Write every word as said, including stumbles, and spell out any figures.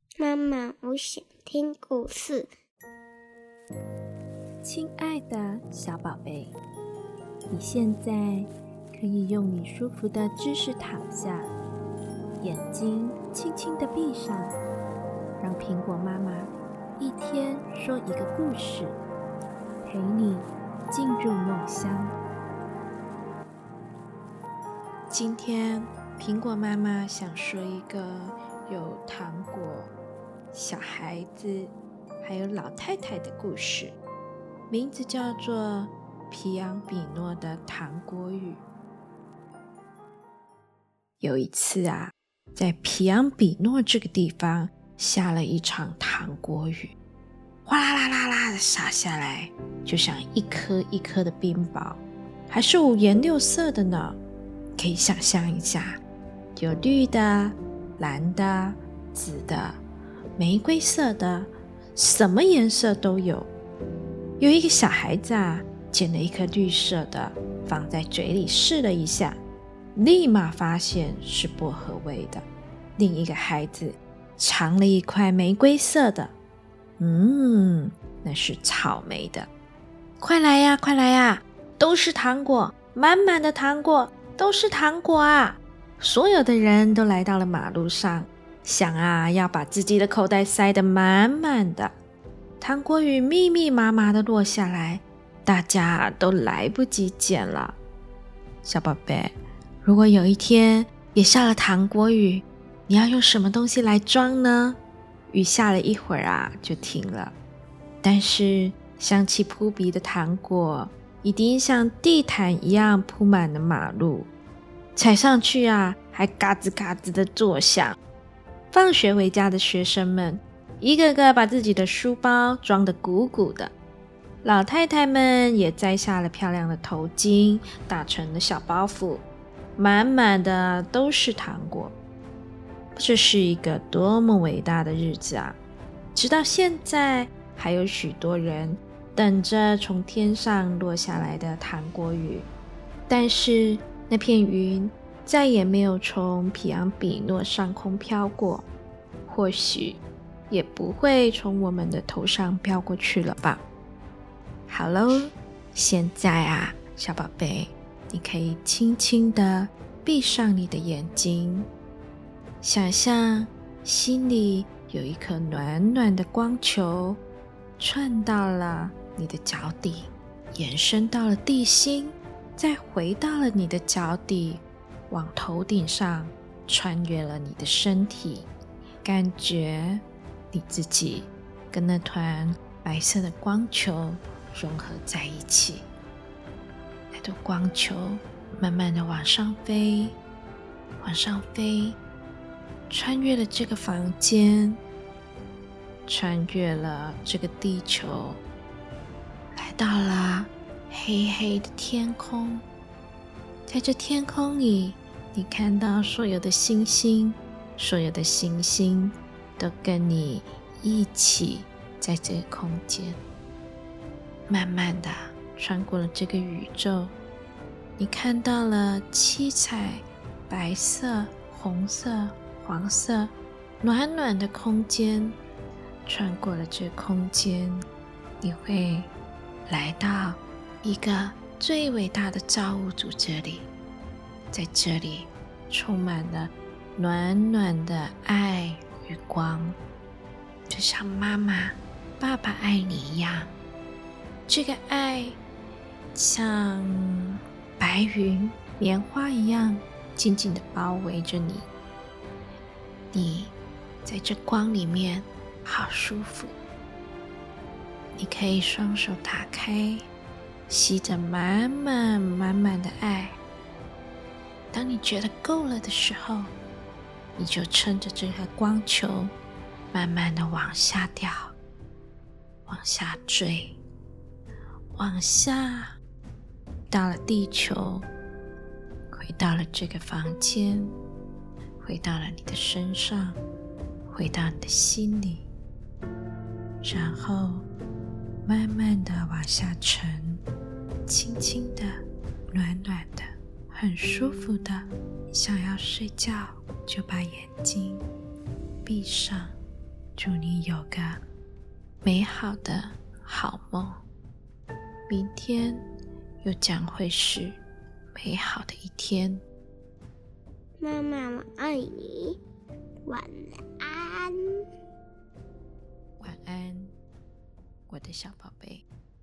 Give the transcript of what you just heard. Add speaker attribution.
Speaker 1: 妈妈，我想听故事。
Speaker 2: 亲爱的小宝贝，你现在可以用你舒服的姿势躺下，眼睛轻轻地闭上，让苹果妈妈一天说一个故事，陪你进入梦乡。今天苹果妈妈想说一个有糖果、小孩子还有老太太的故事，名字叫做皮昂比诺的糖果雨。有一次啊，在皮昂比诺这个地方下了一场糖果雨，哗啦啦啦啦的洒下来，就像一颗一颗的冰雹，还是五颜六色的呢。可以想象一下，有绿的、蓝的、紫的、玫瑰色的，什么颜色都有。有一个小孩子啊，捡了一颗绿色的，放在嘴里试了一下，立马发现是薄荷味的。另一个孩子尝了一块玫瑰色的，嗯，那是草莓的。快来呀，快来呀，都是糖果，满满的糖果，都是糖果啊！所有的人都来到了马路上，想啊，要把自己的口袋塞得满满的。糖果雨密密麻麻的落下来，大家都来不及捡了。小宝贝，如果有一天也下了糖果雨，你要用什么东西来装呢？雨下了一会儿啊，就停了。但是香气扑鼻的糖果一定像地毯一样铺满了马路，踩上去啊，还嘎吱嘎吱的作响。放学回家的学生们一个个把自己的书包装得鼓鼓的，老太太们也摘下了漂亮的头巾，打成了小包袱，满满的都是糖果。这是一个多么伟大的日子啊！直到现在，还有许多人等着从天上落下来的糖果雨，但是那片云再也没有从皮昂比诺上空飘过，或许也不会从我们的头上飘过去了吧。好喽，现在啊，小宝贝，你可以轻轻地闭上你的眼睛，想象心里有一颗暖暖的光球窜到了你的脚底，延伸到了地心，再回到了你的脚底，往头顶上穿越了你的身体，感觉你自己跟那团白色的光球融合在一起。那朵光球慢慢的往上飞，往上飞，穿越了这个房间，穿越了这个地球，来到了黑黑的天空。在这天空里，你看到所有的星星，所有的星星都跟你一起在这个空间，慢慢的穿过了这个宇宙。你看到了七彩、白色、红色、黄色，暖暖的空间。穿过了这空间，你会来到一个最伟大的造物主这里。在这里充满了暖暖的爱与光，就像妈妈、爸爸爱你一样。这个爱像白云、棉花一样紧紧地包围着你。你在这光里面好舒服，你可以双手打开，吸着满满满满的爱。当你觉得够了的时候，你就趁着这个光球慢慢的往下掉，往下坠，往下到了地球，回到了这个房间，回到了你的身上，回到你的心里，然后慢慢的往下沉，轻轻的，暖暖的，很舒服的。想要睡觉就把眼睛闭上， 祝你有个美好的好梦，明天又将会是美好的一天。
Speaker 1: 妈妈，我爱你，晚安。
Speaker 2: 晚安，我的小宝贝。